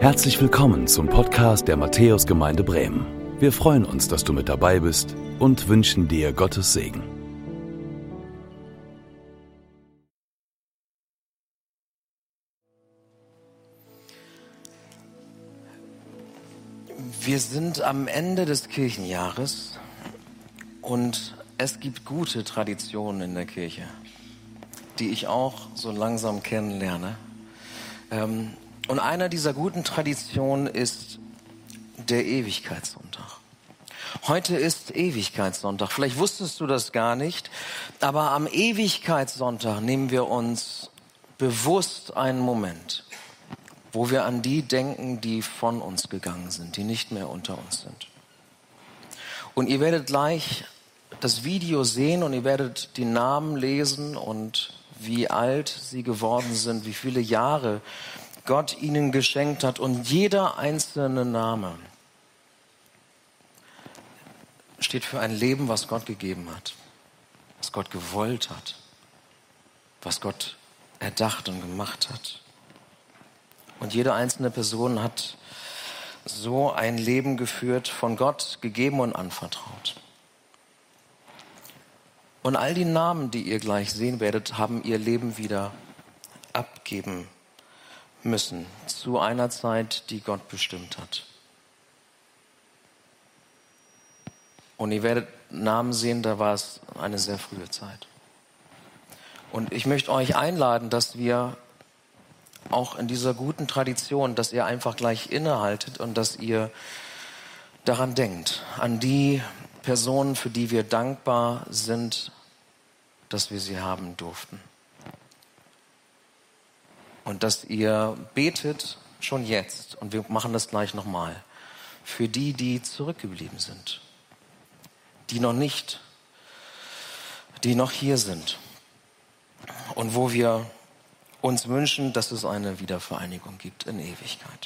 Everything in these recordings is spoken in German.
Herzlich willkommen zum Podcast der Matthäusgemeinde Bremen. Wir freuen uns, dass du mit dabei bist und wünschen dir Gottes Segen. Wir sind am Ende des Kirchenjahres und es gibt gute Traditionen in der Kirche, die ich auch so langsam kennenlerne. Und einer dieser guten Traditionen ist der Ewigkeitssonntag. Heute ist Ewigkeitssonntag. Vielleicht wusstest du das gar nicht, aber am Ewigkeitssonntag nehmen wir uns bewusst einen Moment, wo wir an die denken, die von uns gegangen sind, die nicht mehr unter uns sind. Und ihr werdet gleich das Video sehen und ihr werdet die Namen lesen und wie alt sie geworden sind, wie viele Jahre Gott ihnen geschenkt hat. Und jeder einzelne Name steht für ein Leben, was Gott gegeben hat, was Gott gewollt hat, was Gott erdacht und gemacht hat. Und jede einzelne Person hat so ein Leben geführt, von Gott gegeben und anvertraut. Und all die Namen, die ihr gleich sehen werdet, haben ihr Leben wieder abgeben müssen zu einer Zeit, die Gott bestimmt hat. Und ihr werdet Namen sehen, da war es eine sehr frühe Zeit. Und ich möchte euch einladen, dass wir auch in dieser guten Tradition, dass ihr einfach gleich innehaltet und dass ihr daran denkt, an die Personen, für die wir dankbar sind, dass wir sie haben durften. Und dass ihr betet schon jetzt, und wir machen das gleich nochmal, für die, die zurückgeblieben sind, die noch hier sind und wo wir uns wünschen, dass es eine Wiedervereinigung gibt in Ewigkeit.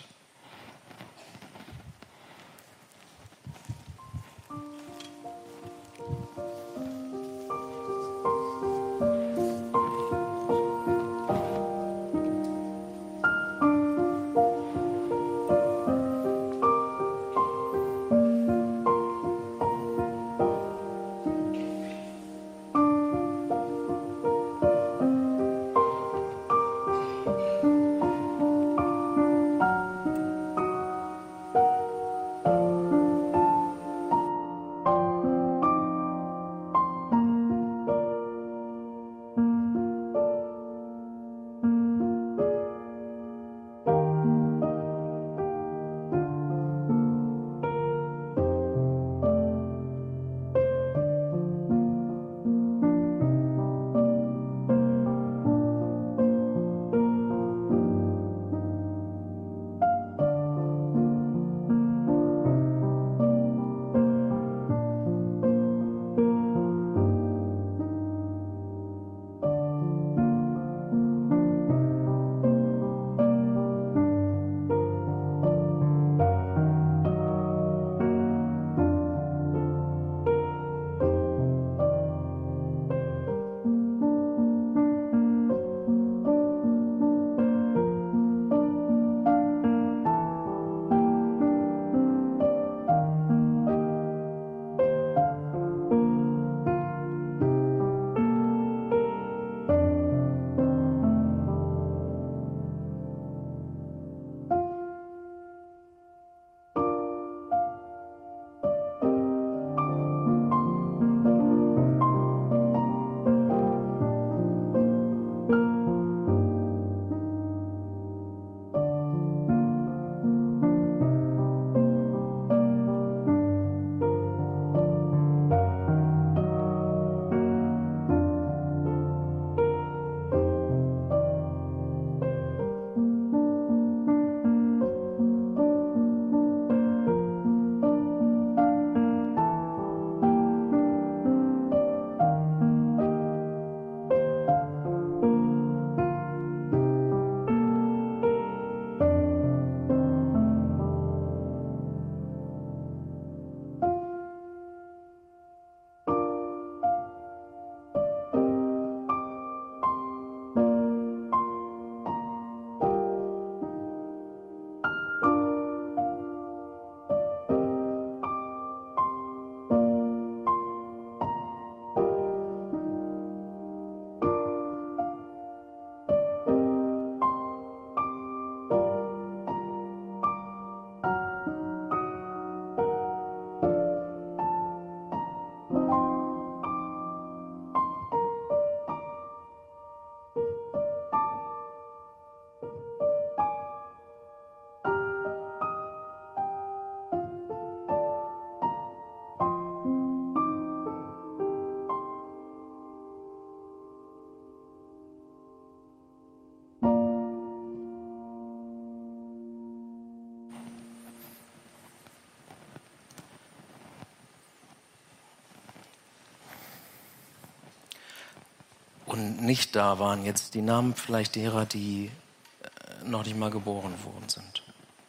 nicht da waren, jetzt die Namen vielleicht derer, die noch nicht mal geboren worden sind.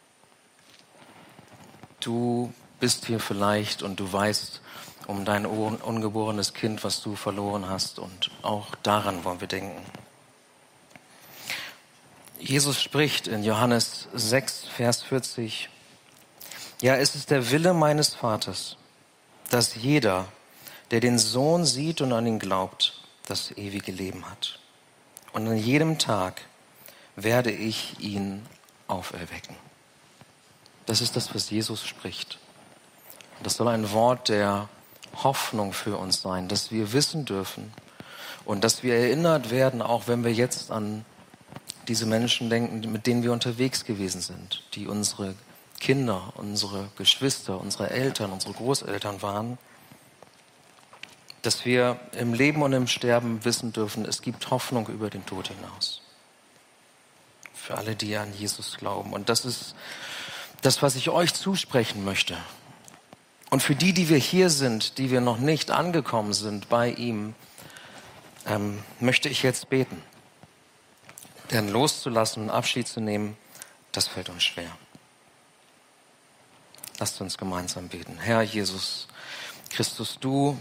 Du bist hier vielleicht und du weißt um dein ungeborenes Kind, was du verloren hast, und auch daran wollen wir denken. Jesus spricht in Johannes 6, Vers 40, ja, es ist der Wille meines Vaters, dass jeder, der den Sohn sieht und an ihn glaubt, das ewige Leben hat. Und an jedem Tag werde ich ihn auferwecken. Das ist das, was Jesus spricht. Das soll ein Wort der Hoffnung für uns sein, dass wir wissen dürfen und dass wir erinnert werden, auch wenn wir jetzt an diese Menschen denken, mit denen wir unterwegs gewesen sind, die unsere Kinder, unsere Geschwister, unsere Eltern, unsere Großeltern waren, dass wir im Leben und im Sterben wissen dürfen, es gibt Hoffnung über den Tod hinaus. Für alle, die an Jesus glauben. Und das ist das, was ich euch zusprechen möchte. Und für die, die wir hier sind, die wir noch nicht angekommen sind bei ihm, möchte ich jetzt beten. Denn loszulassen, Abschied zu nehmen, das fällt uns schwer. Lasst uns gemeinsam beten. Herr Jesus Christus, du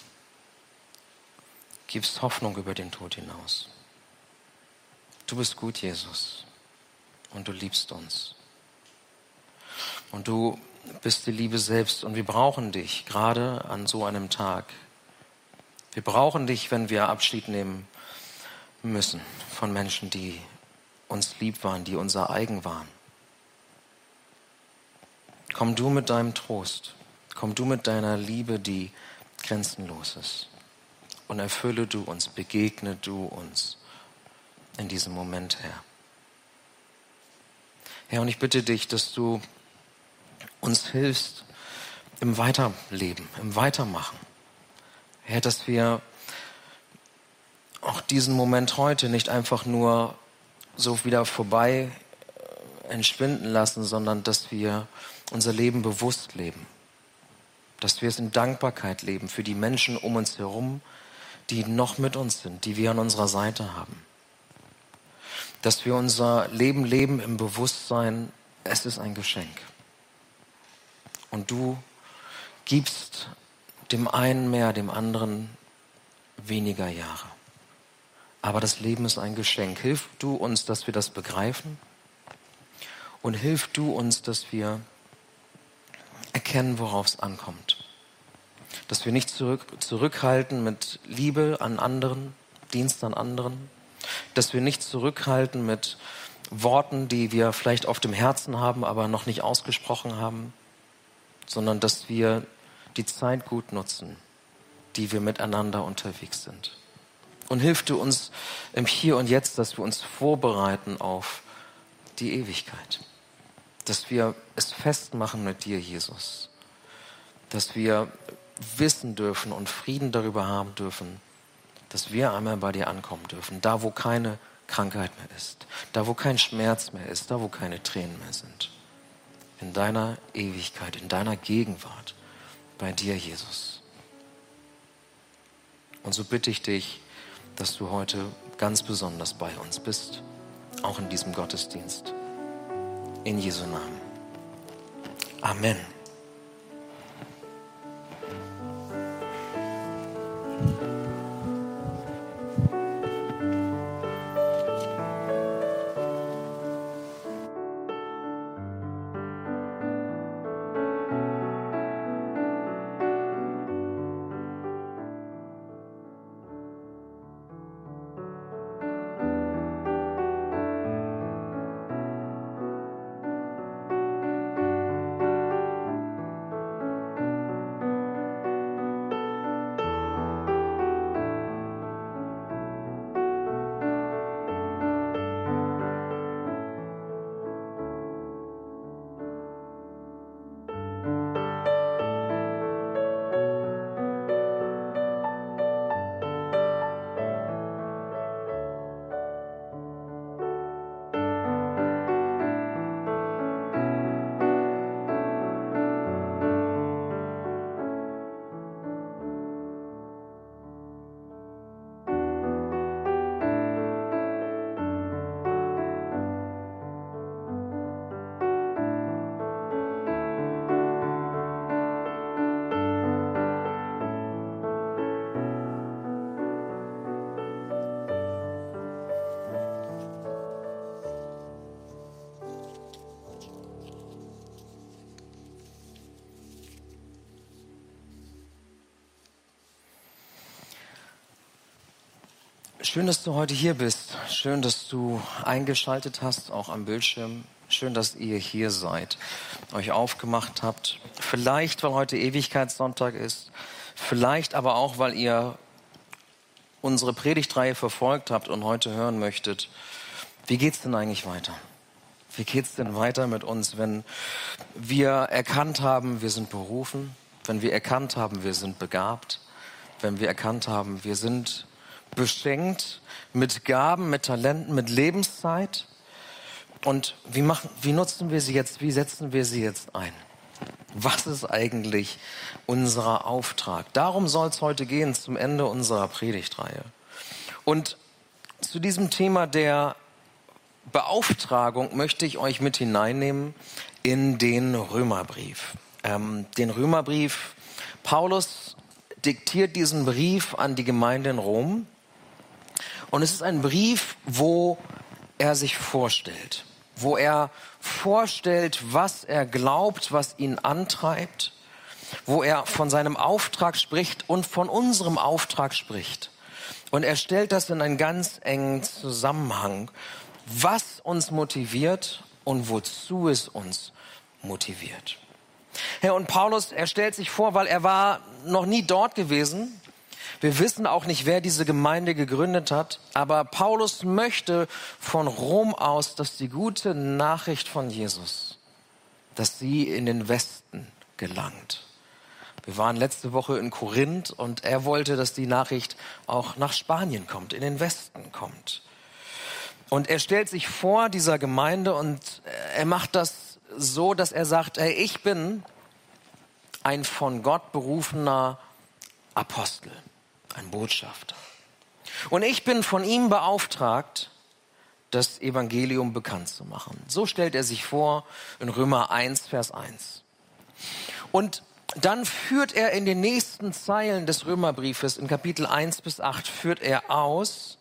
gibst Hoffnung über den Tod hinaus. Du bist gut, Jesus, und du liebst uns. Und du bist die Liebe selbst, und wir brauchen dich, gerade an so einem Tag. Wir brauchen dich, wenn wir Abschied nehmen müssen von Menschen, die uns lieb waren, die unser eigen waren. Komm du mit deinem Trost, komm du mit deiner Liebe, die grenzenlos ist, und erfülle du uns, begegne du uns in diesem Moment, Herr. Herr, und ich bitte dich, dass du uns hilfst im Weiterleben, im Weitermachen. Herr, dass wir auch diesen Moment heute nicht einfach nur so wieder vorbei entschwinden lassen, sondern dass wir unser Leben bewusst leben. Dass wir es in Dankbarkeit leben für die Menschen um uns herum, die noch mit uns sind, die wir an unserer Seite haben. Dass wir unser Leben leben im Bewusstsein, es ist ein Geschenk. Und du gibst dem einen mehr, dem anderen weniger Jahre. Aber das Leben ist ein Geschenk. Hilf du uns, dass wir das begreifen, und hilf du uns, dass wir erkennen, worauf es ankommt. Dass wir nicht zurückhalten mit Liebe an anderen, Dienst an anderen. Dass wir nicht zurückhalten mit Worten, die wir vielleicht auf dem Herzen haben, aber noch nicht ausgesprochen haben. Sondern dass wir die Zeit gut nutzen, die wir miteinander unterwegs sind. Und hilf du uns im Hier und Jetzt, dass wir uns vorbereiten auf die Ewigkeit. Dass wir es festmachen mit dir, Jesus. Dass wir wissen dürfen und Frieden darüber haben dürfen, dass wir einmal bei dir ankommen dürfen. Da, wo keine Krankheit mehr ist. Da, wo kein Schmerz mehr ist. Da, wo keine Tränen mehr sind. In deiner Ewigkeit, in deiner Gegenwart, bei dir, Jesus. Und so bitte ich dich, dass du heute ganz besonders bei uns bist, auch in diesem Gottesdienst. In Jesu Namen. Amen. Schön, dass du heute hier bist. Schön, dass du eingeschaltet hast, auch am Bildschirm. Schön, dass ihr hier seid, euch aufgemacht habt. Vielleicht, weil heute Ewigkeitssonntag ist. Vielleicht aber auch, weil ihr unsere Predigtreihe verfolgt habt und heute hören möchtet. Wie geht's denn eigentlich weiter? Wie geht's denn weiter mit uns, wenn wir erkannt haben, wir sind berufen? Wenn wir erkannt haben, wir sind begabt? Wenn wir erkannt haben, wir sind beschenkt mit Gaben, mit Talenten, mit Lebenszeit. Und wie nutzen wir sie jetzt? Wie setzen wir sie jetzt ein? Was ist eigentlich unser Auftrag? Darum soll es heute gehen, zum Ende unserer Predigtreihe. Und zu diesem Thema der Beauftragung möchte ich euch mit hineinnehmen in den Römerbrief. Den Römerbrief, Paulus diktiert diesen Brief an die Gemeinde in Rom. Und es ist ein Brief, wo er sich vorstellt. Wo er vorstellt, was er glaubt, was ihn antreibt. Wo er von seinem Auftrag spricht und von unserem Auftrag spricht. Und er stellt das in einen ganz engen Zusammenhang, was uns motiviert und wozu es uns motiviert. Ja, und Paulus, er stellt sich vor, weil er war noch nie dort gewesen. Wir wissen auch nicht, wer diese Gemeinde gegründet hat, aber Paulus möchte von Rom aus, dass die gute Nachricht von Jesus, dass sie in den Westen gelangt. Wir waren letzte Woche in Korinth und er wollte, dass die Nachricht auch nach Spanien kommt, in den Westen kommt. Und er stellt sich vor dieser Gemeinde und er macht das so, dass er sagt, hey, ich bin ein von Gott berufener Apostel. Ein Botschafter. Und ich bin von ihm beauftragt, das Evangelium bekannt zu machen. So stellt er sich vor in Römer 1, Vers 1. Und dann führt er in den nächsten Zeilen des Römerbriefes, in Kapitel 1 bis 8, führt er aus,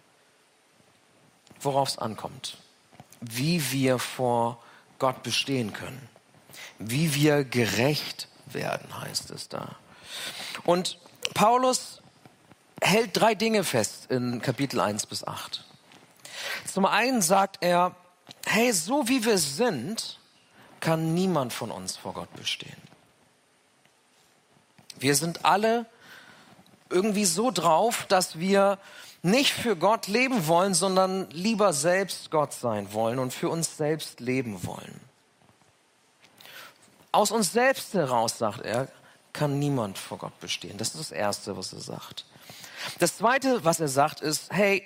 worauf es ankommt. Wie wir vor Gott bestehen können. Wie wir gerecht werden, heißt es da. Und Paulus hält 3 Dinge fest in Kapitel 1 bis 8. Zum einen sagt er, hey, so wie wir sind, kann niemand von uns vor Gott bestehen. Wir sind alle irgendwie so drauf, dass wir nicht für Gott leben wollen, sondern lieber selbst Gott sein wollen und für uns selbst leben wollen. Aus uns selbst heraus, sagt er, kann niemand vor Gott bestehen. Das ist das Erste, was er sagt. Das Zweite, was er sagt, ist, hey,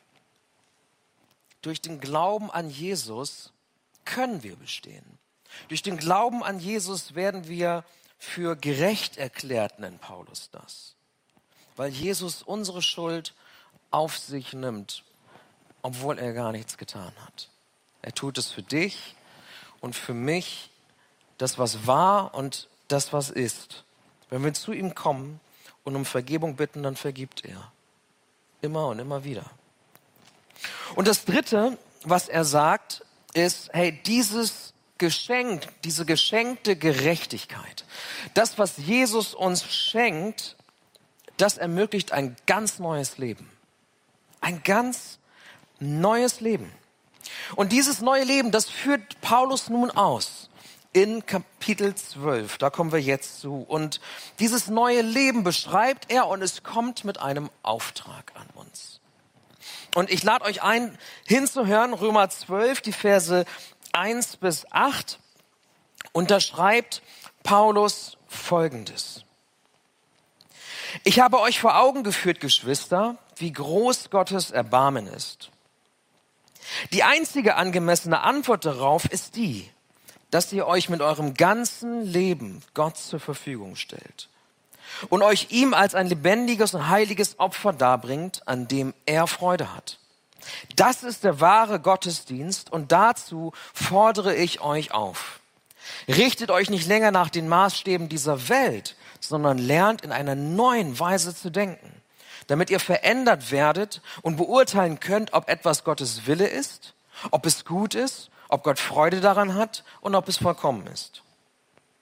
durch den Glauben an Jesus können wir bestehen. Durch den Glauben an Jesus werden wir für gerecht erklärt, nennt Paulus das. Weil Jesus unsere Schuld auf sich nimmt, obwohl er gar nichts getan hat. Er tut es für dich und für mich, das was war und das was ist. Wenn wir zu ihm kommen und um Vergebung bitten, dann vergibt er. Immer und immer wieder. Und das Dritte, was er sagt, ist, hey, dieses Geschenk, diese geschenkte Gerechtigkeit, das, was Jesus uns schenkt, das ermöglicht ein ganz neues Leben. Ein ganz neues Leben. Und dieses neue Leben, das führt Paulus nun aus. In Kapitel 12, da kommen wir jetzt zu. Und dieses neue Leben beschreibt er und es kommt mit einem Auftrag an uns. Und ich lade euch ein, hinzuhören, Römer 12, die Verse 1 bis 8. Und da schreibt Paulus Folgendes. Ich habe euch vor Augen geführt, Geschwister, wie groß Gottes Erbarmen ist. Die einzige angemessene Antwort darauf ist die, dass ihr euch mit eurem ganzen Leben Gott zur Verfügung stellt und euch ihm als ein lebendiges und heiliges Opfer darbringt, an dem er Freude hat. Das ist der wahre Gottesdienst und dazu fordere ich euch auf. Richtet euch nicht länger nach den Maßstäben dieser Welt, sondern lernt in einer neuen Weise zu denken, damit ihr verändert werdet und beurteilen könnt, ob etwas Gottes Wille ist, ob es gut ist, ob Gott Freude daran hat und ob es vollkommen ist.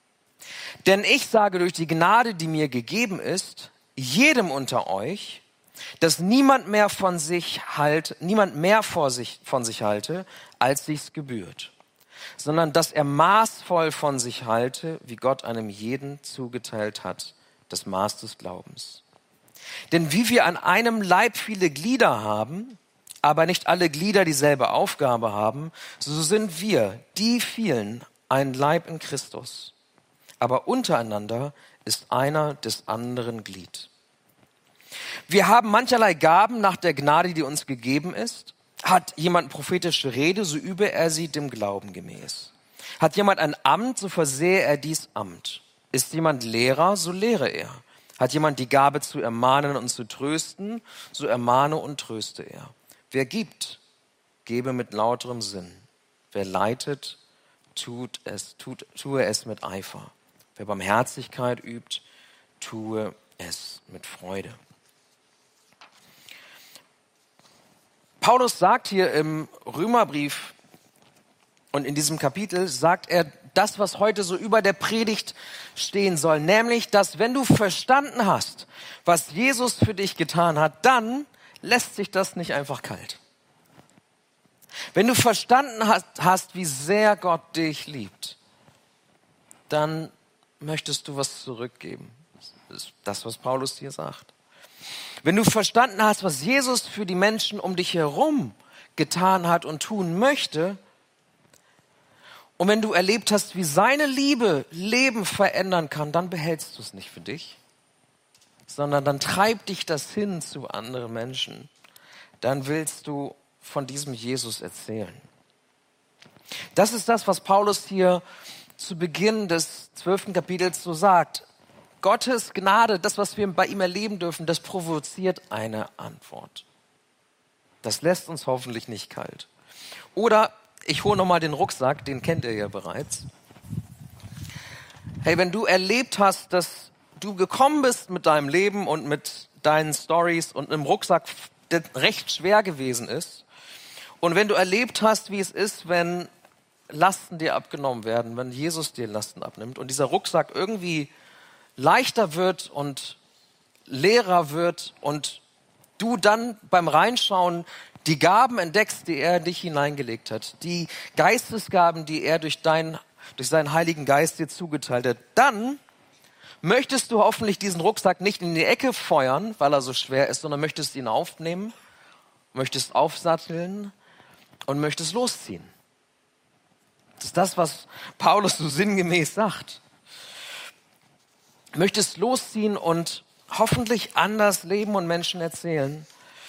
Denn ich sage durch die Gnade, die mir gegeben ist, jedem unter euch, dass niemand mehr von sich halte, als sich's gebührt, sondern dass er maßvoll von sich halte, wie Gott einem jeden zugeteilt hat, das Maß des Glaubens. Denn wie wir an einem Leib viele Glieder haben, aber nicht alle Glieder dieselbe Aufgabe haben, so sind wir, die vielen, ein Leib in Christus. Aber untereinander ist einer des anderen Glied. Wir haben mancherlei Gaben nach der Gnade, die uns gegeben ist. Hat jemand prophetische Rede, so übe er sie dem Glauben gemäß. Hat jemand ein Amt, so versehe er dies Amt. Ist jemand Lehrer, so lehre er. Hat jemand die Gabe zu ermahnen und zu trösten, so ermahne und tröste er. Wer gibt, gebe mit lauterem Sinn. Wer leitet, tue es mit Eifer. Wer Barmherzigkeit übt, tue es mit Freude. Paulus sagt hier im Römerbrief und in diesem Kapitel sagt er das, was heute so über der Predigt stehen soll, nämlich, dass wenn du verstanden hast, was Jesus für dich getan hat, dann lässt sich das nicht einfach kalt. Wenn du verstanden hast, wie sehr Gott dich liebt, dann möchtest du was zurückgeben. Das ist das, was Paulus hier sagt. Wenn du verstanden hast, was Jesus für die Menschen um dich herum getan hat und tun möchte, und wenn du erlebt hast, wie seine Liebe Leben verändern kann, dann behältst du es nicht für dich, sondern dann treibt dich das hin zu anderen Menschen. Dann willst du von diesem Jesus erzählen. Das ist das, was Paulus hier zu Beginn des 12. Kapitels so sagt. Gottes Gnade, das, was wir bei ihm erleben dürfen, das provoziert eine Antwort. Das lässt uns hoffentlich nicht kalt. Oder ich hole nochmal den Rucksack, den kennt ihr ja bereits. Hey, wenn du erlebt hast, dass du gekommen bist mit deinem Leben und mit deinen Stories und einem Rucksack, der recht schwer gewesen ist, und wenn du erlebt hast, wie es ist, wenn Lasten dir abgenommen werden, wenn Jesus dir Lasten abnimmt und dieser Rucksack irgendwie leichter wird und leerer wird und du dann beim Reinschauen die Gaben entdeckst, die er in dich hineingelegt hat, die Geistesgaben, die er durch seinen Heiligen Geist dir zugeteilt hat, dann möchtest du hoffentlich diesen Rucksack nicht in die Ecke feuern, weil er so schwer ist, sondern möchtest ihn aufnehmen, möchtest aufsatteln und möchtest losziehen. Das ist das, was Paulus so sinngemäß sagt. Möchtest losziehen und hoffentlich anders leben und Menschen erzählen,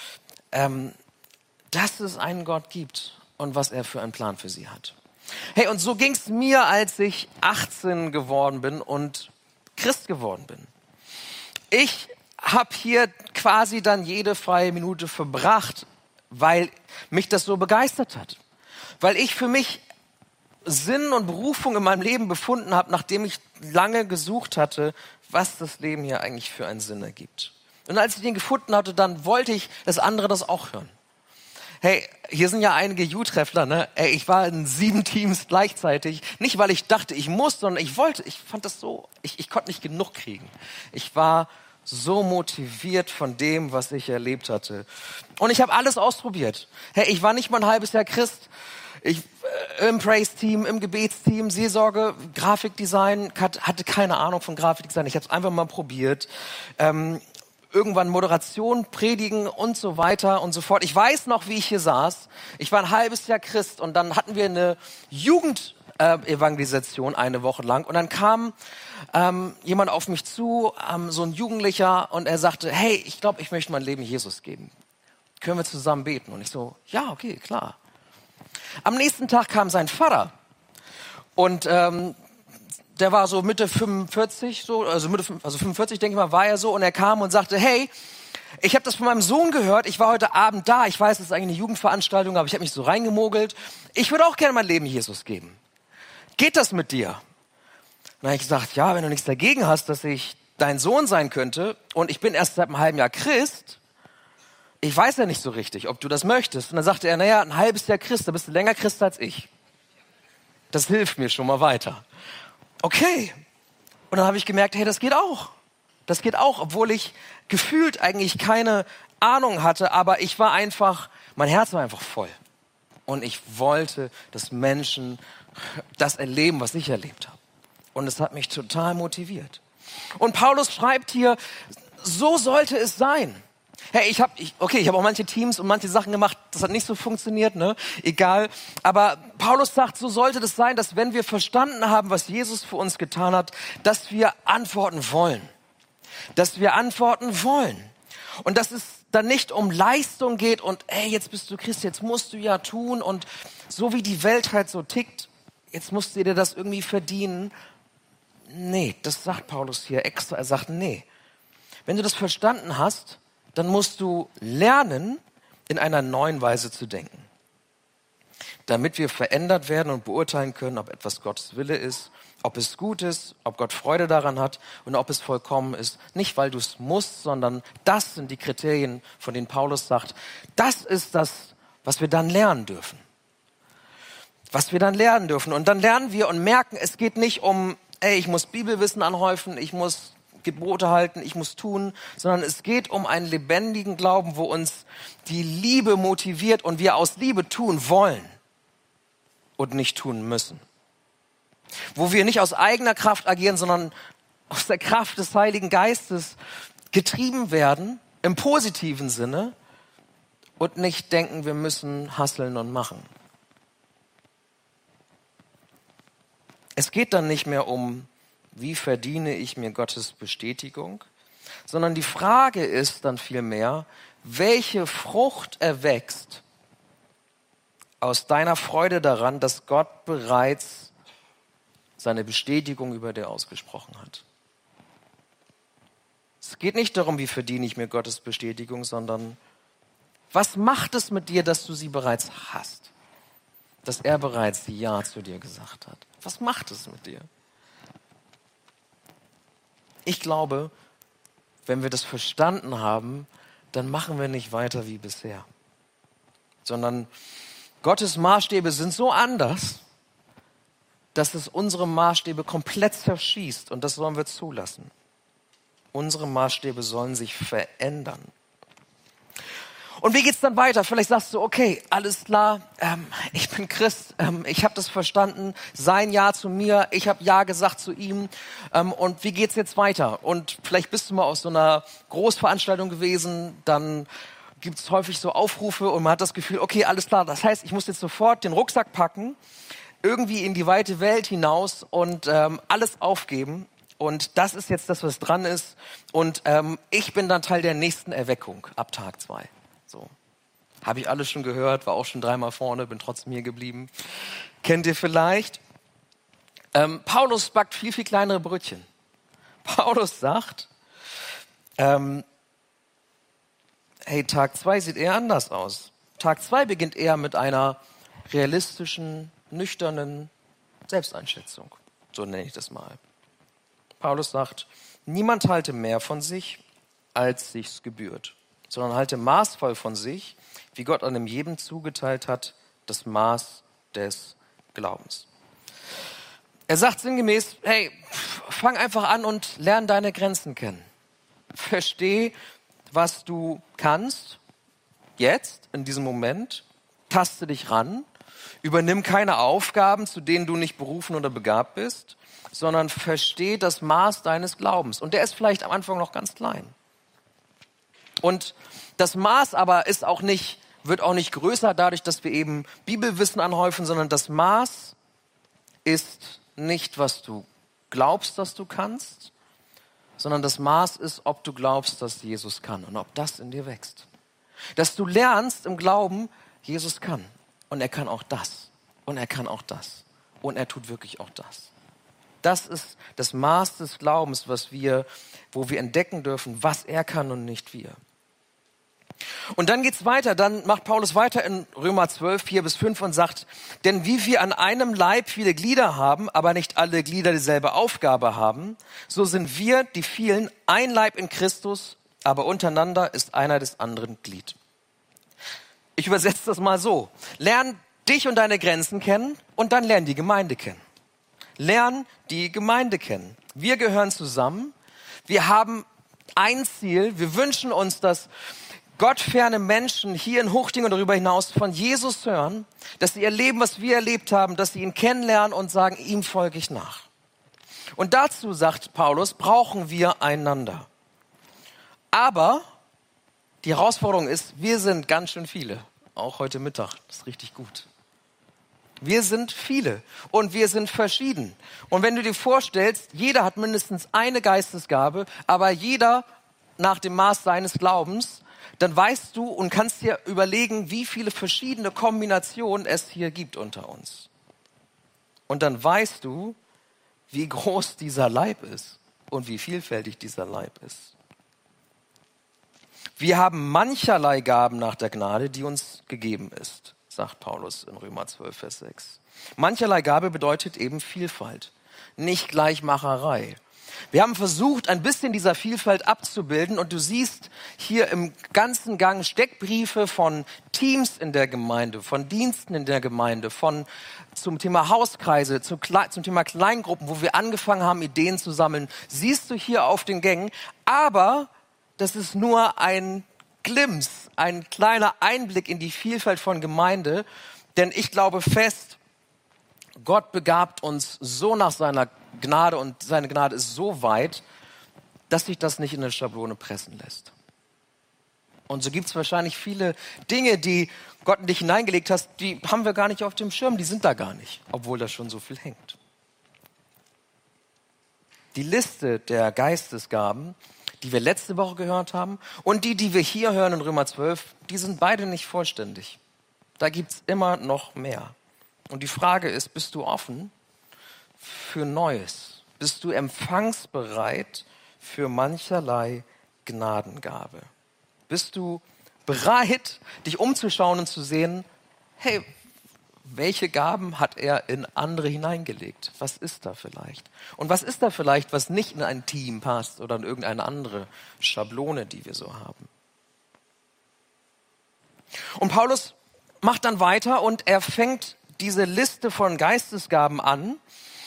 dass es einen Gott gibt und was er für einen Plan für sie hat. Hey, und so ging es mir, als ich 18 geworden bin und Christ geworden bin. Ich habe hier quasi dann jede freie Minute verbracht, weil mich das so begeistert hat. Weil ich für mich Sinn und Berufung in meinem Leben befunden habe, nachdem ich lange gesucht hatte, was das Leben hier eigentlich für einen Sinn ergibt. Und als ich den gefunden hatte, dann wollte ich, dass andere das auch hören. Hey, hier sind ja einige U-Treffler, ne? Ey, ich war in 7 Teams gleichzeitig. Nicht, weil ich dachte, ich muss, sondern ich fand das so, ich konnte nicht genug kriegen. Ich war so motiviert von dem, was ich erlebt hatte. Und ich habe alles ausprobiert. Hey, ich war nicht mal ein halbes Jahr Christ. Im Praise-Team, im Gebetsteam, Seelsorge, Grafikdesign, hatte keine Ahnung von Grafikdesign. Ich habe es einfach mal probiert. Irgendwann Moderation, Predigen und so weiter und so fort. Ich weiß noch, wie ich hier saß. Ich war ein halbes Jahr Christ und dann hatten wir eine Jugendevangelisation eine Woche lang und dann kam jemand auf mich zu, so ein Jugendlicher, und er sagte, hey, ich glaube, ich möchte mein Leben Jesus geben. Können wir zusammen beten? Und ich so, ja, okay, klar. Am nächsten Tag kam sein Vater und der war so Mitte 45, also 45, denke ich mal, war er so, und er kam und sagte, hey, ich habe das von meinem Sohn gehört, ich war heute Abend da, ich weiß, es ist eigentlich eine Jugendveranstaltung, aber ich habe mich so reingemogelt, ich würde auch gerne mein Leben Jesus geben. Geht das mit dir? Dann habe ich gesagt, ja, wenn du nichts dagegen hast, dass ich dein Sohn sein könnte und ich bin erst seit einem halben Jahr Christ, ich weiß ja nicht so richtig, ob du das möchtest. Und dann sagte er, naja, ein halbes Jahr Christ, da bist du länger Christ als ich. Das hilft mir schon mal weiter. Okay. Und dann habe ich gemerkt, hey, das geht auch. Das geht auch, obwohl ich gefühlt eigentlich keine Ahnung hatte, aber mein Herz war einfach voll. Und ich wollte, dass Menschen das erleben, was ich erlebt habe. Und es hat mich total motiviert. Und Paulus schreibt hier, so sollte es sein. Hey, ich habe auch manche Teams und manche Sachen gemacht, das hat nicht so funktioniert, ne? Egal. Aber Paulus sagt, so sollte das sein, dass wenn wir verstanden haben, was Jesus für uns getan hat, dass wir antworten wollen. Dass wir antworten wollen. Und dass es dann nicht um Leistung geht und, ey, jetzt bist du Christ, jetzt musst du ja tun und so wie die Welt halt so tickt, jetzt musst du dir das irgendwie verdienen. Nee, das sagt Paulus hier extra. Er sagt, nee. Wenn du das verstanden hast, dann musst du lernen, in einer neuen Weise zu denken. Damit wir verändert werden und beurteilen können, ob etwas Gottes Wille ist, ob es gut ist, ob Gott Freude daran hat und ob es vollkommen ist. Nicht, weil du es musst, sondern das sind die Kriterien, von denen Paulus sagt, das ist das, was wir dann lernen dürfen. Was wir dann lernen dürfen. Und dann lernen wir und merken, es geht nicht um, ich muss Bibelwissen anhäufen, ich muss Gebote halten, ich muss tun, sondern es geht um einen lebendigen Glauben, wo uns die Liebe motiviert und wir aus Liebe tun wollen und nicht tun müssen. Wo wir nicht aus eigener Kraft agieren, sondern aus der Kraft des Heiligen Geistes getrieben werden, im positiven Sinne, und nicht denken, wir müssen hustlen und machen. Es geht dann nicht mehr um, wie verdiene ich mir Gottes Bestätigung, sondern die Frage ist dann vielmehr, welche Frucht erwächst aus deiner Freude daran, dass Gott bereits seine Bestätigung über dir ausgesprochen hat. Es geht nicht darum, wie verdiene ich mir Gottes Bestätigung, sondern was macht es mit dir, dass du sie bereits hast? Dass er bereits Ja zu dir gesagt hat. Was macht es mit dir? Ich glaube, wenn wir das verstanden haben, dann machen wir nicht weiter wie bisher. Sondern Gottes Maßstäbe sind so anders, dass es unsere Maßstäbe komplett zerschießt. Und das sollen wir zulassen. Unsere Maßstäbe sollen sich verändern. Und wie geht's dann weiter? Vielleicht sagst du, okay, alles klar, ich bin Christ, ich habe das verstanden, sein Ja zu mir, ich habe Ja gesagt zu ihm. Und wie geht's jetzt weiter? Und vielleicht bist du mal auf so einer Großveranstaltung gewesen, dann gibt's häufig so Aufrufe und man hat das Gefühl, okay, alles klar, das heißt, ich muss jetzt sofort den Rucksack packen, irgendwie in die weite Welt hinaus und alles aufgeben. Und das ist jetzt das, was dran ist. Und ich bin dann Teil der nächsten Erweckung ab Tag 2. So. Habe ich alles schon gehört, war auch schon 3-mal vorne, bin trotzdem hier geblieben. Kennt ihr vielleicht? Paulus backt viel, viel kleinere Brötchen. Paulus sagt, Tag 2 sieht eher anders aus. Tag 2 beginnt eher mit einer realistischen, nüchternen Selbsteinschätzung. So nenne ich das mal. Paulus sagt, niemand halte mehr von sich, als sich's gebührt, sondern halte maßvoll von sich, wie Gott einem jedem zugeteilt hat, das Maß des Glaubens. Er sagt sinngemäß, fang einfach an und lern deine Grenzen kennen. Versteh, was du kannst, jetzt, in diesem Moment, taste dich ran, übernimm keine Aufgaben, zu denen du nicht berufen oder begabt bist, sondern versteh das Maß deines Glaubens. Und der ist vielleicht am Anfang noch ganz klein. Und das Maß aber wird auch nicht größer dadurch, dass wir eben Bibelwissen anhäufen, sondern das Maß ist nicht, was du glaubst, dass du kannst, sondern das Maß ist, ob du glaubst, dass Jesus kann und ob das in dir wächst. Dass du lernst im Glauben, Jesus kann und er kann auch das und er kann auch das und er tut wirklich auch das. Das ist das Maß des Glaubens, wo wir entdecken dürfen, was er kann und nicht wir. Und dann geht's weiter, dann macht Paulus weiter in Römer 12, 4-5 und sagt, denn wie wir an einem Leib viele Glieder haben, aber nicht alle Glieder dieselbe Aufgabe haben, so sind wir, die vielen, ein Leib in Christus, aber untereinander ist einer des anderen Glied. Ich übersetze das mal so. Lern dich und deine Grenzen kennen und dann lern die Gemeinde kennen. Lern die Gemeinde kennen. Wir gehören zusammen. Wir haben ein Ziel. Wir wünschen uns, dass gottferne Menschen hier in Huchting und darüber hinaus von Jesus hören, dass sie erleben, was wir erlebt haben, dass sie ihn kennenlernen und sagen, ihm folge ich nach. Und dazu, sagt Paulus, brauchen wir einander. Aber die Herausforderung ist, wir sind ganz schön viele, auch heute Mittag, das ist richtig gut. Wir sind viele und wir sind verschieden. Und wenn du dir vorstellst, jeder hat mindestens eine Geistesgabe, aber jeder nach dem Maß seines Glaubens, dann weißt du und kannst dir überlegen, wie viele verschiedene Kombinationen es hier gibt unter uns. Und dann weißt du, wie groß dieser Leib ist und wie vielfältig dieser Leib ist. Wir haben mancherlei Gaben nach der Gnade, die uns gegeben ist, sagt Paulus in Römer 12, Vers 6. Mancherlei Gabe bedeutet eben Vielfalt, nicht Gleichmacherei. Wir haben versucht, ein bisschen dieser Vielfalt abzubilden und du siehst hier im ganzen Gang Steckbriefe von Teams in der Gemeinde, von Diensten in der Gemeinde, zum Thema Hauskreise, zum Thema Kleingruppen, wo wir angefangen haben, Ideen zu sammeln. Siehst du hier auf den Gängen, aber das ist nur ein Glimpse, ein kleiner Einblick in die Vielfalt von Gemeinde, denn ich glaube fest, Gott begabt uns so nach seiner Gnade und seine Gnade ist so weit, dass sich das nicht in eine Schablone pressen lässt. Und so gibt es wahrscheinlich viele Dinge, die Gott in dich hineingelegt hast, die haben wir gar nicht auf dem Schirm, die sind da gar nicht, obwohl da schon so viel hängt. Die Liste der Geistesgaben, die wir letzte Woche gehört haben und die wir hier hören in Römer 12, die sind beide nicht vollständig. Da gibt es immer noch mehr. Und die Frage ist, bist du offen für Neues? Bist du empfangsbereit für mancherlei Gnadengabe? Bist du bereit, dich umzuschauen und zu sehen, hey, welche Gaben hat er in andere hineingelegt? Was ist da vielleicht? Und was ist da vielleicht, was nicht in ein Team passt oder in irgendeine andere Schablone, die wir so haben? Und Paulus macht dann weiter und er fängt diese Liste von Geistesgaben an.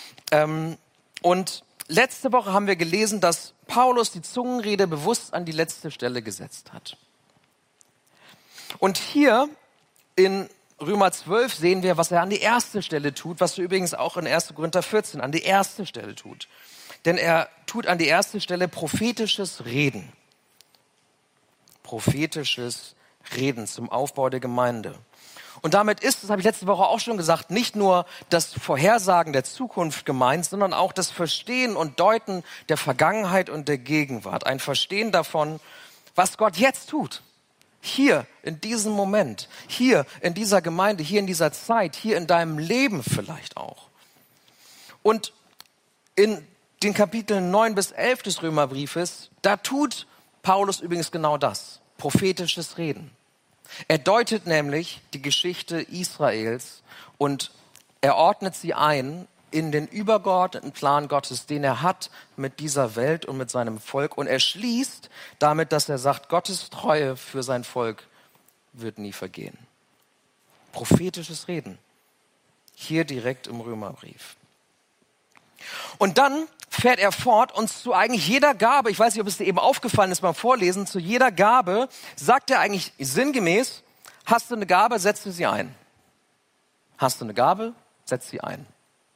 Und letzte Woche haben wir gelesen, dass Paulus die Zungenrede bewusst an die letzte Stelle gesetzt hat. Und hier in Römer 12 sehen wir, was er an die erste Stelle tut, was er übrigens auch in 1. Korinther 14 an die erste Stelle tut. Denn er tut an die erste Stelle prophetisches Reden. Prophetisches Reden zum Aufbau der Gemeinde. Und damit ist, das habe ich letzte Woche auch schon gesagt, nicht nur das Vorhersagen der Zukunft gemeint, sondern auch das Verstehen und Deuten der Vergangenheit und der Gegenwart. Ein Verstehen davon, was Gott jetzt tut. Hier, in diesem Moment, hier in dieser Gemeinde, hier in dieser Zeit, hier in deinem Leben vielleicht auch. Und in den Kapiteln 9 bis 11 des Römerbriefes, da tut Paulus übrigens genau das, prophetisches Reden. Er deutet nämlich die Geschichte Israels und er ordnet sie ein in den übergeordneten Plan Gottes, den er hat mit dieser Welt und mit seinem Volk. Und er schließt damit, dass er sagt, Gottes Treue für sein Volk wird nie vergehen. Prophetisches Reden. Hier direkt im Römerbrief. Und dann fährt er fort und zu eigentlich jeder Gabe, ich weiß nicht, ob es dir eben aufgefallen ist beim Vorlesen, zu jeder Gabe sagt er eigentlich sinngemäß, hast du eine Gabe, setze sie ein. Hast du eine Gabe, setz sie ein.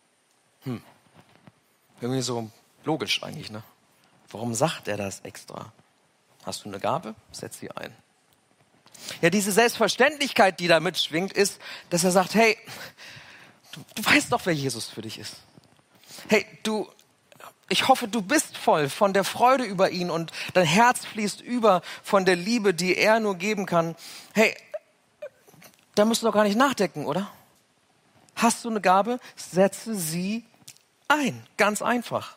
Irgendwie so logisch eigentlich, ne? Warum sagt er das extra? Hast du eine Gabe, setz sie ein. Ja, diese Selbstverständlichkeit, die da mitschwingt, ist, dass er sagt, hey, du weißt doch, wer Jesus für dich ist. Hey, ich hoffe, du bist voll von der Freude über ihn und dein Herz fließt über von der Liebe, die er nur geben kann. Hey, da musst du doch gar nicht nachdenken, oder? Hast du eine Gabe? Setze sie ein. Ganz einfach.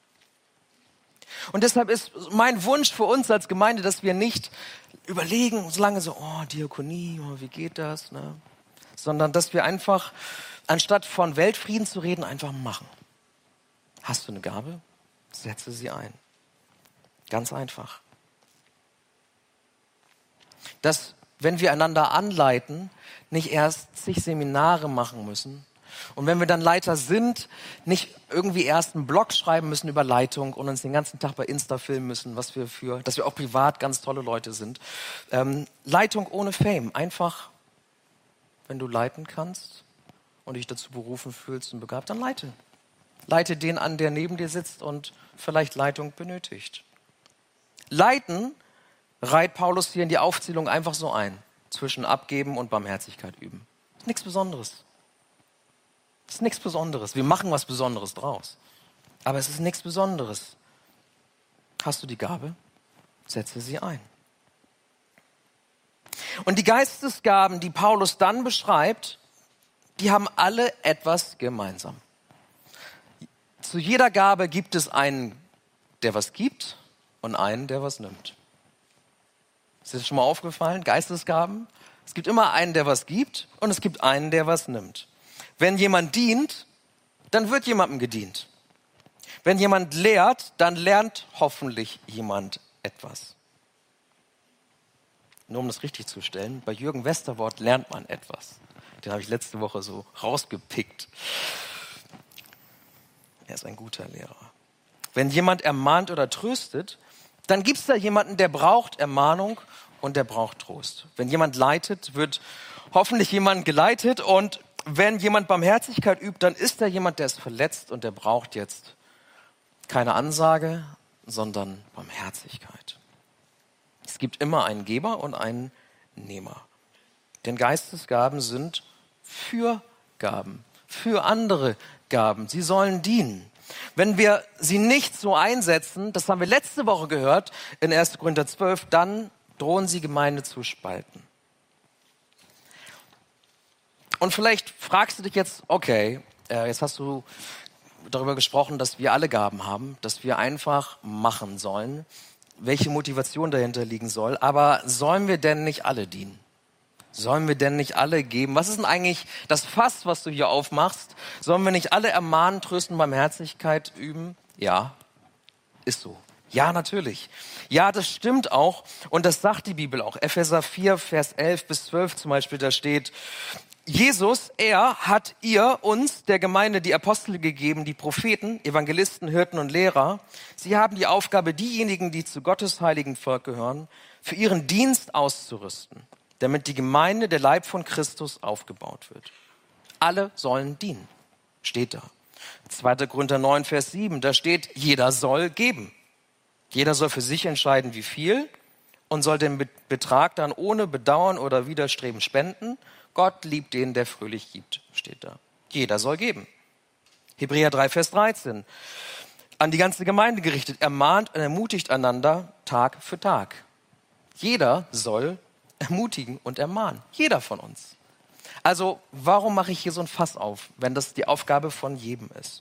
Und deshalb ist mein Wunsch für uns als Gemeinde, dass wir nicht überlegen, so lange so, oh, Diakonie, oh, wie geht das? Ne? Sondern dass wir einfach, anstatt von Weltfrieden zu reden, einfach machen. Hast du eine Gabe? Setze sie ein. Ganz einfach. Dass, wenn wir einander anleiten, nicht erst zig Seminare machen müssen, Und wenn wir dann Leiter sind, nicht irgendwie erst einen Blog schreiben müssen über Leitung und uns den ganzen Tag bei Insta filmen müssen, dass wir auch privat ganz tolle Leute sind. Leitung ohne Fame. Einfach, wenn du leiten kannst und dich dazu berufen fühlst und begabt, dann leite. Leite den an, der neben dir sitzt und vielleicht Leitung benötigt. Leiten reiht Paulus hier in die Aufzählung einfach so ein. Zwischen Abgeben und Barmherzigkeit üben. Das ist nichts Besonderes. Das ist nichts Besonderes. Wir machen was Besonderes draus. Aber es ist nichts Besonderes. Hast du die Gabe? Setze sie ein. Und die Geistesgaben, die Paulus dann beschreibt, die haben alle etwas gemeinsam. Zu jeder Gabe gibt es einen, der was gibt und einen, der was nimmt. Ist dir das schon mal aufgefallen? Geistesgaben? Es gibt immer einen, der was gibt und es gibt einen, der was nimmt. Wenn jemand dient, dann wird jemandem gedient. Wenn jemand lehrt, dann lernt hoffentlich jemand etwas. Nur um das richtig zu stellen, bei Jürgen Westerwort lernt man etwas. Den habe ich letzte Woche so rausgepickt. Er ist ein guter Lehrer. Wenn jemand ermahnt oder tröstet, dann gibt es da jemanden, der braucht Ermahnung und der braucht Trost. Wenn jemand leitet, wird hoffentlich jemand geleitet. Und wenn jemand Barmherzigkeit übt, dann ist da jemand, der ist verletzt und der braucht jetzt keine Ansage, sondern Barmherzigkeit. Es gibt immer einen Geber und einen Nehmer. Denn Geistesgaben sind Fürgaben, für andere Gaben. Sie sollen dienen. Wenn wir sie nicht so einsetzen, das haben wir letzte Woche gehört in 1. Korinther 12, dann drohen sie Gemeinde zu spalten. Und vielleicht fragst du dich jetzt, okay, jetzt hast du darüber gesprochen, dass wir alle Gaben haben, dass wir einfach machen sollen, welche Motivation dahinter liegen soll. Aber sollen wir denn nicht alle dienen? Sollen wir denn nicht alle geben? Was ist denn eigentlich das Fass, was du hier aufmachst? Sollen wir nicht alle ermahnen, trösten, Barmherzigkeit üben? Ja, ist so. Ja, natürlich. Ja, das stimmt auch. Und das sagt die Bibel auch. Epheser 4, Vers 11 bis 12 zum Beispiel, da steht, Jesus, er hat uns, der Gemeinde, die Apostel gegeben, die Propheten, Evangelisten, Hirten und Lehrer. Sie haben die Aufgabe, diejenigen, die zu Gottes heiligen Volk gehören, für ihren Dienst auszurüsten, damit die Gemeinde, der Leib von Christus, aufgebaut wird. Alle sollen dienen, steht da. 2. Korinther 9, Vers 7, da steht, jeder soll geben. Jeder soll für sich entscheiden, wie viel, und soll den Betrag dann ohne Bedauern oder Widerstreben spenden. Gott liebt den, der fröhlich gibt, steht da. Jeder soll geben. Hebräer 3, Vers 13, an die ganze Gemeinde gerichtet, ermahnt und ermutigt einander Tag für Tag. Jeder soll ermutigen und ermahnen. Jeder von uns. Also, warum mache ich hier so ein Fass auf, wenn das die Aufgabe von jedem ist?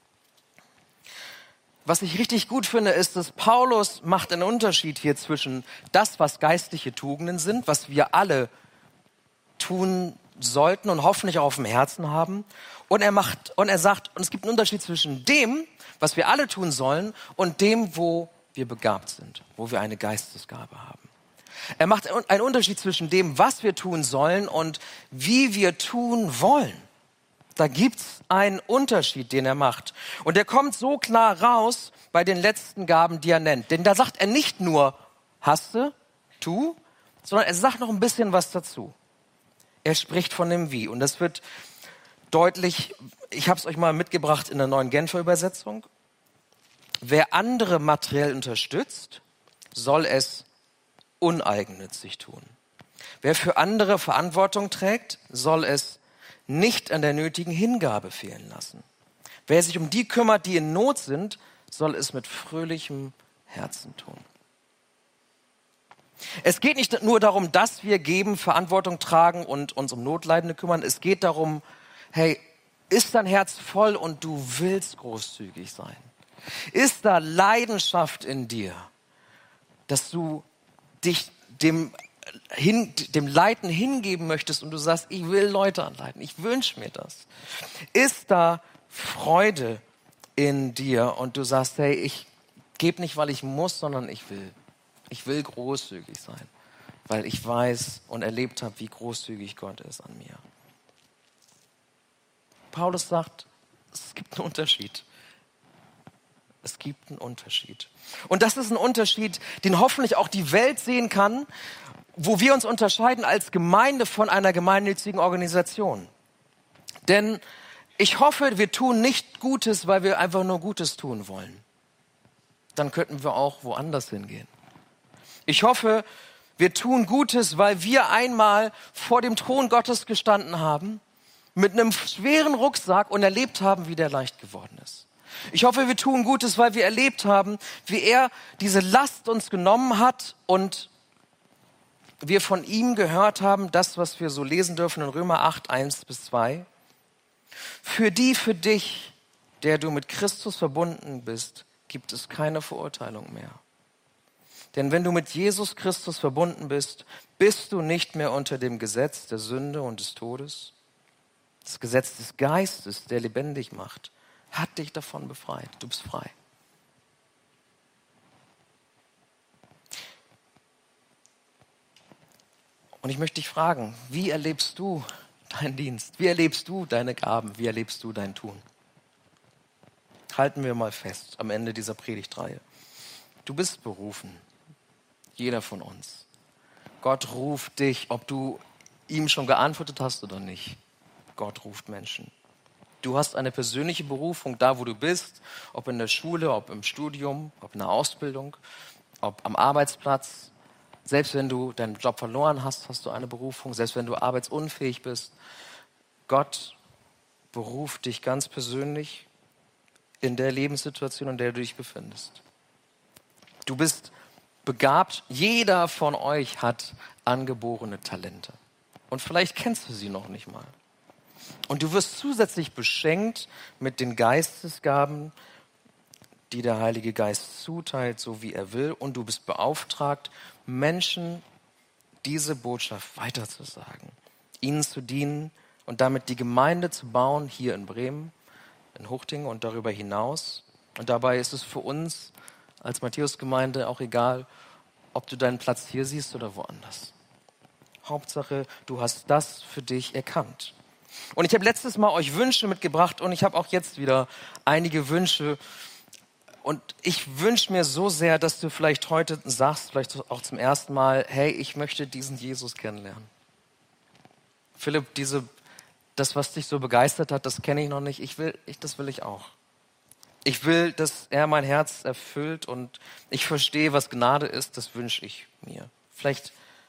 Was ich richtig gut finde, ist, dass Paulus macht einen Unterschied hier zwischen das, was geistliche Tugenden sind, was wir alle tun sollten und hoffentlich auch auf dem Herzen haben. Und er sagt, und es gibt einen Unterschied zwischen dem, was wir alle tun sollen, und dem, wo wir begabt sind, wo wir eine Geistesgabe haben. Er macht einen Unterschied zwischen dem, was wir tun sollen und wie wir tun wollen. Da gibt's einen Unterschied, den er macht. Und der kommt so klar raus bei den letzten Gaben, die er nennt. Denn da sagt er nicht nur, hasse, tu, sondern er sagt noch ein bisschen was dazu. Er spricht von dem Wie. Und das wird deutlich, ich habe es euch mal mitgebracht in der neuen Genfer Übersetzung. Wer andere materiell unterstützt, soll es uneigennützig tun. Wer für andere Verantwortung trägt, soll es nicht an der nötigen Hingabe fehlen lassen. Wer sich um die kümmert, die in Not sind, soll es mit fröhlichem Herzen tun. Es geht nicht nur darum, dass wir geben, Verantwortung tragen und uns um Notleidende kümmern. Es geht darum, hey, ist dein Herz voll und du willst großzügig sein? Ist da Leidenschaft in dir, dass du dich dem Leiten hingeben möchtest und du sagst, ich will Leute anleiten, ich wünsche mir das. Ist da Freude in dir und du sagst, hey, ich gebe nicht, weil ich muss, sondern ich will. Ich will großzügig sein, weil ich weiß und erlebt habe, wie großzügig Gott ist an mir. Paulus sagt, es gibt einen Unterschied. Es gibt einen Unterschied. Und das ist ein Unterschied, den hoffentlich auch die Welt sehen kann, wo wir uns unterscheiden als Gemeinde von einer gemeinnützigen Organisation. Denn ich hoffe, wir tun nicht Gutes, weil wir einfach nur Gutes tun wollen. Dann könnten wir auch woanders hingehen. Ich hoffe, wir tun Gutes, weil wir einmal vor dem Thron Gottes gestanden haben, mit einem schweren Rucksack und erlebt haben, wie der leicht geworden ist. Ich hoffe, wir tun Gutes, weil wir erlebt haben, wie er diese Last uns genommen hat und wir von ihm gehört haben, das, was wir so lesen dürfen in Römer 8, 1-2. Für dich, der du mit Christus verbunden bist, gibt es keine Verurteilung mehr. Denn wenn du mit Jesus Christus verbunden bist, bist du nicht mehr unter dem Gesetz der Sünde und des Todes. Das Gesetz des Geistes, der lebendig macht, hat dich davon befreit. Du bist frei. Und ich möchte dich fragen, wie erlebst du deinen Dienst? Wie erlebst du deine Gaben? Wie erlebst du dein Tun? Halten wir mal fest am Ende dieser Predigtreihe. Du bist berufen. Jeder von uns. Gott ruft dich, ob du ihm schon geantwortet hast oder nicht. Gott ruft Menschen. Du hast eine persönliche Berufung da, wo du bist, ob in der Schule, ob im Studium, ob in der Ausbildung, ob am Arbeitsplatz. Selbst wenn du deinen Job verloren hast, hast du eine Berufung. Selbst wenn du arbeitsunfähig bist. Gott beruft dich ganz persönlich in der Lebenssituation, in der du dich befindest. Du bist begabt. Jeder von euch hat angeborene Talente. Und vielleicht kennst du sie noch nicht mal. Und du wirst zusätzlich beschenkt mit den Geistesgaben, die der Heilige Geist zuteilt, so wie er will. Und du bist beauftragt, Menschen diese Botschaft weiterzusagen, ihnen zu dienen und damit die Gemeinde zu bauen, hier in Bremen, in Huchtingen und darüber hinaus. Und dabei ist es für uns als Matthäusgemeinde auch egal, ob du deinen Platz hier siehst oder woanders. Hauptsache, du hast das für dich erkannt. Und ich habe letztes Mal euch Wünsche mitgebracht und ich habe auch jetzt wieder einige Wünsche. Und ich wünsche mir so sehr, dass du vielleicht heute sagst, vielleicht auch zum ersten Mal, hey, ich möchte diesen Jesus kennenlernen. Philipp, das, was dich so begeistert hat, das kenne ich noch nicht. Das will ich auch. Ich will, dass er mein Herz erfüllt und ich verstehe, was Gnade ist, das wünsche ich mir. Vielleicht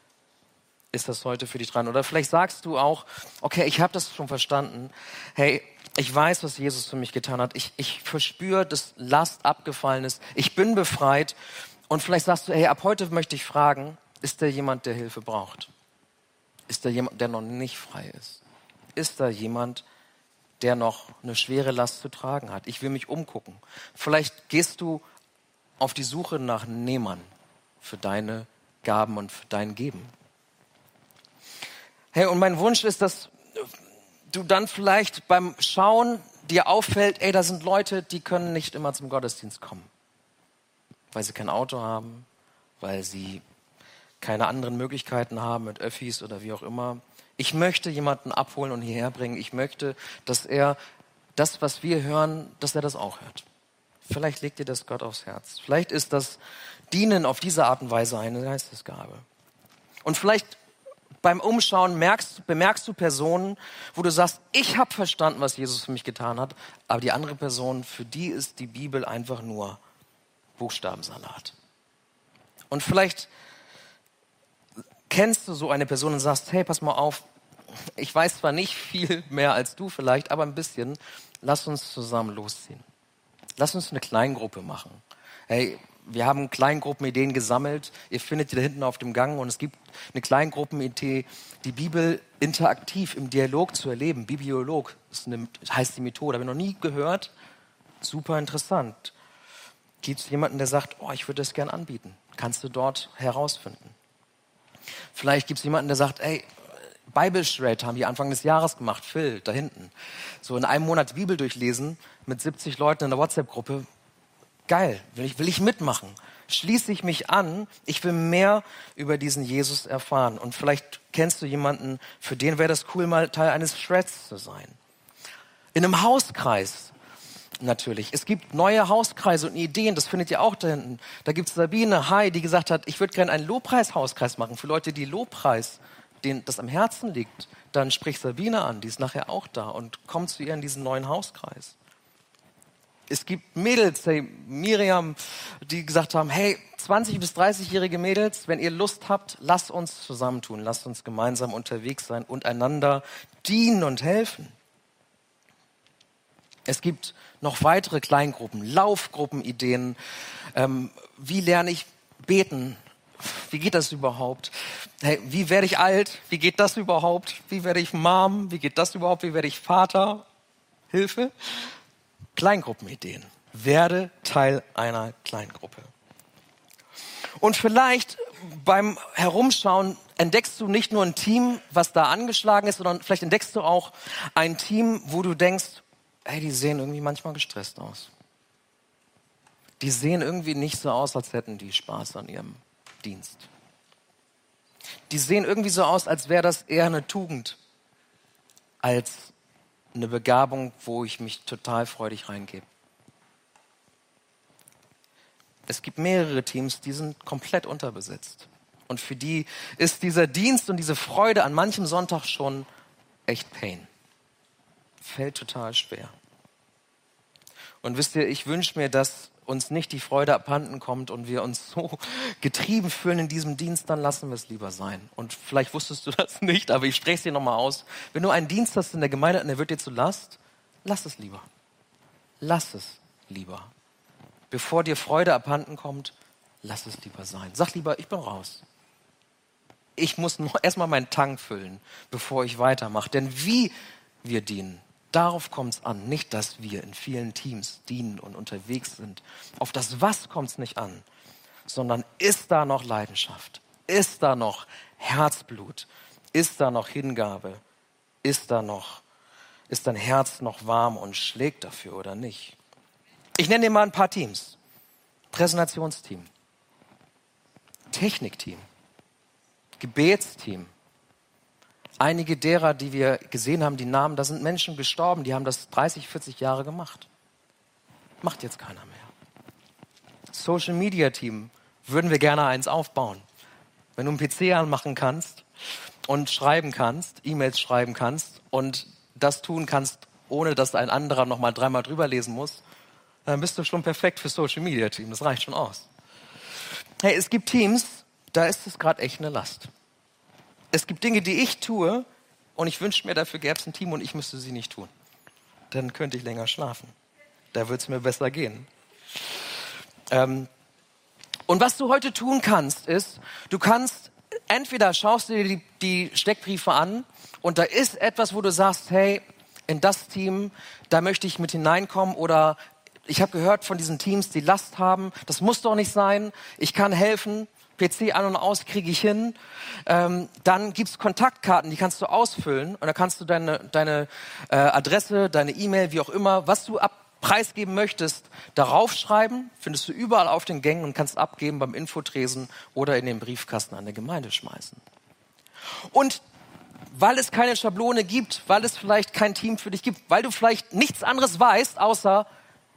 ist das heute für dich dran. Oder vielleicht sagst du auch, okay, ich habe das schon verstanden. Hey, ich weiß, was Jesus für mich getan hat. Ich verspüre, dass Last abgefallen ist. Ich bin befreit. Und vielleicht sagst du, hey, ab heute möchte ich fragen, ist da jemand, der Hilfe braucht? Ist da jemand, der noch nicht frei ist? Ist da jemand, der noch eine schwere Last zu tragen hat? Ich will mich umgucken. Vielleicht gehst du auf die Suche nach Nehmern für deine Gaben und für dein Geben. Hey, und mein Wunsch ist, dass du dann vielleicht beim Schauen dir auffällt, ey, da sind Leute, die können nicht immer zum Gottesdienst kommen. Weil sie kein Auto haben, weil sie keine anderen Möglichkeiten haben mit Öffis oder wie auch immer. Ich möchte jemanden abholen und hierher bringen. Ich möchte, dass er das, was wir hören, dass er das auch hört. Vielleicht legt dir das Gott aufs Herz. Vielleicht ist das Dienen auf diese Art und Weise eine Geistesgabe. Und vielleicht beim Umschauen bemerkst du Personen, wo du sagst, ich habe verstanden, was Jesus für mich getan hat, aber die andere Person, für die ist die Bibel einfach nur Buchstabensalat. Und vielleicht kennst du so eine Person und sagst, hey, pass mal auf, ich weiß zwar nicht viel mehr als du vielleicht, aber ein bisschen, lass uns zusammen losziehen. Lass uns eine Kleingruppe machen. Hey, wir haben Kleingruppenideen gesammelt. Ihr findet die da hinten auf dem Gang. Und es gibt eine Kleingruppenidee, die Bibel interaktiv im Dialog zu erleben. Bibliolog heißt die Methode. Habe ich noch nie gehört. Super interessant. Gibt es jemanden, der sagt, oh, ich würde das gern anbieten? Kannst du dort herausfinden. Vielleicht gibt es jemanden, der sagt, ey, Bible Shred haben die Anfang des Jahres gemacht. Phil, da hinten. So in einem Monat Bibel durchlesen mit 70 Leuten in der WhatsApp-Gruppe. Geil, will ich mitmachen. Schließe ich mich an, ich will mehr über diesen Jesus erfahren. Und vielleicht kennst du jemanden, für den wäre das cool, mal Teil eines Shreds zu sein. In einem Hauskreis natürlich. Es gibt neue Hauskreise und Ideen, das findet ihr auch da hinten. Da gibt es Sabine, hi, die gesagt hat, ich würde gerne einen Lobpreis-Hauskreis machen für Leute, die Lobpreis, denen das am Herzen liegt. Dann spricht Sabine an, die ist nachher auch da und kommt zu ihr in diesen neuen Hauskreis. Es gibt Mädels, hey, Miriam, die gesagt haben, hey, 20- bis 30-jährige Mädels, wenn ihr Lust habt, lasst uns zusammentun, lasst uns gemeinsam unterwegs sein und einander dienen und helfen. Es gibt noch weitere Kleingruppen, Laufgruppenideen. Wie lerne ich beten? Wie geht das überhaupt? Hey, wie werde ich alt? Wie geht das überhaupt? Wie werde ich Mom? Wie geht das überhaupt? Wie werde ich Vater? Hilfe? Kleingruppenideen. Werde Teil einer Kleingruppe. Und vielleicht beim Herumschauen entdeckst du nicht nur ein Team, was da angeschlagen ist, sondern vielleicht entdeckst du auch ein Team, wo du denkst, hey, die sehen irgendwie manchmal gestresst aus. Die sehen irgendwie nicht so aus, als hätten die Spaß an ihrem Dienst. Die sehen irgendwie so aus, als wäre das eher eine Tugend, als eine Begabung, wo ich mich total freudig reingebe. Es gibt mehrere Teams, die sind komplett unterbesetzt. Und für die ist dieser Dienst und diese Freude an manchem Sonntag schon echt Pain. Fällt total schwer. Und wisst ihr, ich wünsche mir, dass uns nicht die Freude abhanden kommt und wir uns so getrieben fühlen in diesem Dienst, dann lassen wir es lieber sein. Und vielleicht wusstest du das nicht, aber ich spreche es dir nochmal aus. Wenn du einen Dienst hast in der Gemeinde und der wird dir zu Last, lass es lieber. Lass es lieber. Bevor dir Freude abhanden kommt, lass es lieber sein. Sag lieber, ich bin raus. Ich muss noch erstmal meinen Tank füllen, bevor ich weitermache. Denn wie wir dienen, darauf kommt es an. Nicht, dass wir in vielen Teams dienen und unterwegs sind. Auf das Was kommt es nicht an, sondern ist da noch Leidenschaft? Ist da noch Herzblut? Ist da noch Hingabe? Ist dein Herz noch warm und schlägt dafür oder nicht? Ich nenne dir mal ein paar Teams. Präsentationsteam, Technikteam, Gebetsteam. Einige derer, die wir gesehen haben, die Namen, da sind Menschen gestorben, die haben das 30, 40 Jahre gemacht. Macht jetzt keiner mehr. Social Media Team, würden wir gerne eins aufbauen. Wenn du einen PC anmachen kannst und schreiben kannst, E-Mails schreiben kannst und das tun kannst, ohne dass ein anderer nochmal 3-mal drüber lesen muss, dann bist du schon perfekt für Social Media Team. Das reicht schon aus. Hey, es gibt Teams, da ist es gerade echt eine Last. Es gibt Dinge, die ich tue und ich wünschte mir, dafür gäbe es ein Team und ich müsste sie nicht tun. Dann könnte ich länger schlafen. Da würde es mir besser gehen. Und was du heute tun kannst, ist, du kannst entweder schaust du dir die Steckbriefe an und da ist etwas, wo du sagst, hey, in das Team, da möchte ich mit hineinkommen oder ich habe gehört von diesen Teams, die Last haben. Das muss doch nicht sein. Ich kann helfen. PC an und aus kriege ich hin. Dann gibt's Kontaktkarten, die kannst du ausfüllen. Und da kannst du deine Adresse, deine E-Mail, wie auch immer, was du preisgeben möchtest, darauf schreiben. Findest du überall auf den Gängen und kannst abgeben beim Infotresen oder in den Briefkasten an der Gemeinde schmeißen. Und weil es keine Schablone gibt, weil es vielleicht kein Team für dich gibt, weil du vielleicht nichts anderes weißt, außer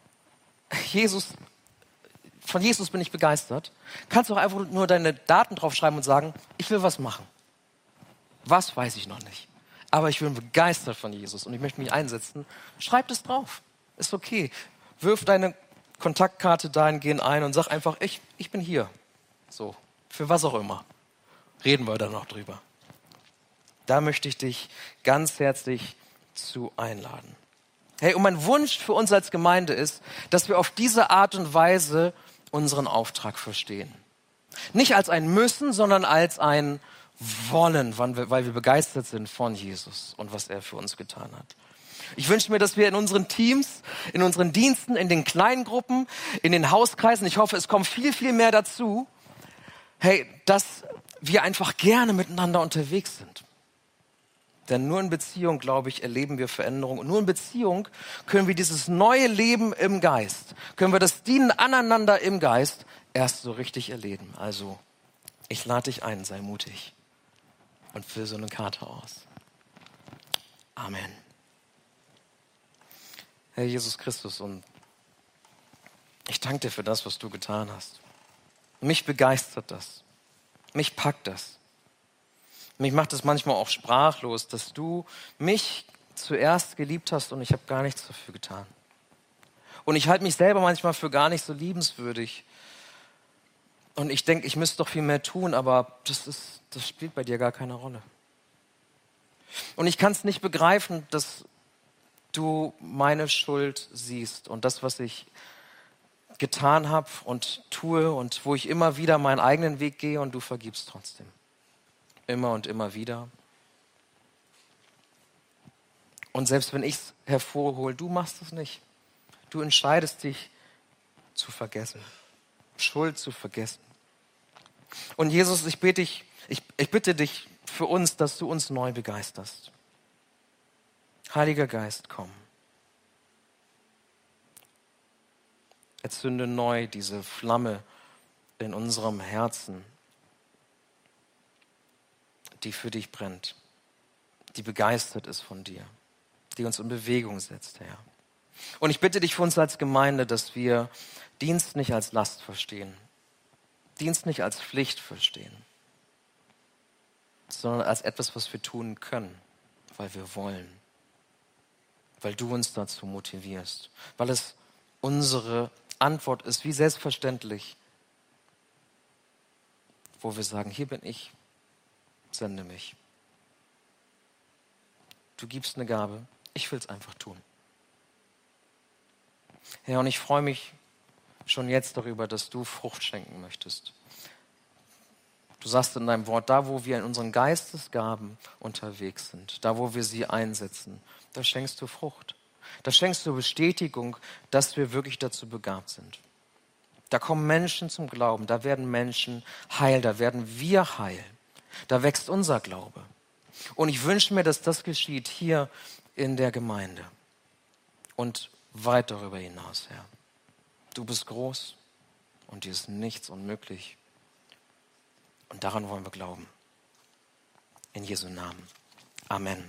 von Jesus bin ich begeistert, kannst du auch einfach nur deine Daten draufschreiben und sagen, ich will was machen. Was, weiß ich noch nicht. Aber ich bin begeistert von Jesus und ich möchte mich einsetzen. Schreib das drauf. Ist okay. Wirf deine Kontaktkarte dahingehend ein und sag einfach, ich bin hier. So, für was auch immer. Reden wir da noch drüber. Da möchte ich dich ganz herzlich zu einladen. Hey, und mein Wunsch für uns als Gemeinde ist, dass wir auf diese Art und Weise unseren Auftrag verstehen. Nicht als ein Müssen, sondern als ein Wollen, weil wir begeistert sind von Jesus und was er für uns getan hat. Ich wünsche mir, dass wir in unseren Teams, in unseren Diensten, in den kleinen Gruppen, in den Hauskreisen, ich hoffe, es kommt viel, viel mehr dazu, hey, dass wir einfach gerne miteinander unterwegs sind. Denn nur in Beziehung, glaube ich, erleben wir Veränderung. Und nur in Beziehung können wir dieses neue Leben im Geist, können wir das Dienen aneinander im Geist erst so richtig erleben. Also, ich lade dich ein, sei mutig und füll so eine Karte aus. Amen. Herr Jesus Christus, und ich danke dir für das, was du getan hast. Mich begeistert das. Mich packt das. Mich macht es manchmal auch sprachlos, dass du mich zuerst geliebt hast und ich habe gar nichts dafür getan. Und ich halte mich selber manchmal für gar nicht so liebenswürdig. Und ich denke, ich müsste doch viel mehr tun, aber das spielt bei dir gar keine Rolle. Und ich kann es nicht begreifen, dass du meine Schuld siehst und das, was ich getan habe und tue und wo ich immer wieder meinen eigenen Weg gehe und du vergibst trotzdem. Immer und immer wieder. Und selbst wenn ich es hervorhole, du machst es nicht. Du entscheidest dich zu vergessen, Schuld zu vergessen. Und Jesus, ich bitte dich für uns, dass du uns neu begeisterst. Heiliger Geist, komm. Entzünde neu diese Flamme in unserem Herzen, die für dich brennt, die begeistert ist von dir, die uns in Bewegung setzt, Herr. Und ich bitte dich für uns als Gemeinde, dass wir Dienst nicht als Last verstehen, Dienst nicht als Pflicht verstehen, sondern als etwas, was wir tun können, weil wir wollen, weil du uns dazu motivierst, weil es unsere Antwort ist, wie selbstverständlich, wo wir sagen, hier bin ich, sende mich. Du gibst eine Gabe, ich will es einfach tun. Herr, und ich freue mich schon jetzt darüber, dass du Frucht schenken möchtest. Du sagst in deinem Wort, da wo wir in unseren Geistesgaben unterwegs sind, da wo wir sie einsetzen, da schenkst du Frucht. Da schenkst du Bestätigung, dass wir wirklich dazu begabt sind. Da kommen Menschen zum Glauben, da werden Menschen heil, da werden wir heil. Da wächst unser Glaube. Und ich wünsche mir, dass das geschieht hier in der Gemeinde und weit darüber hinaus, Herr. Du bist groß und dir ist nichts unmöglich. Und daran wollen wir glauben. In Jesu Namen. Amen.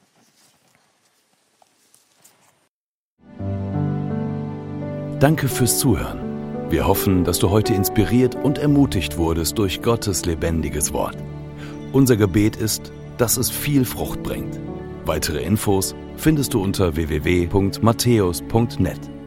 Danke fürs Zuhören. Wir hoffen, dass du heute inspiriert und ermutigt wurdest durch Gottes lebendiges Wort. Unser Gebet ist, dass es viel Frucht bringt. Weitere Infos findest du unter www.matthäus.net.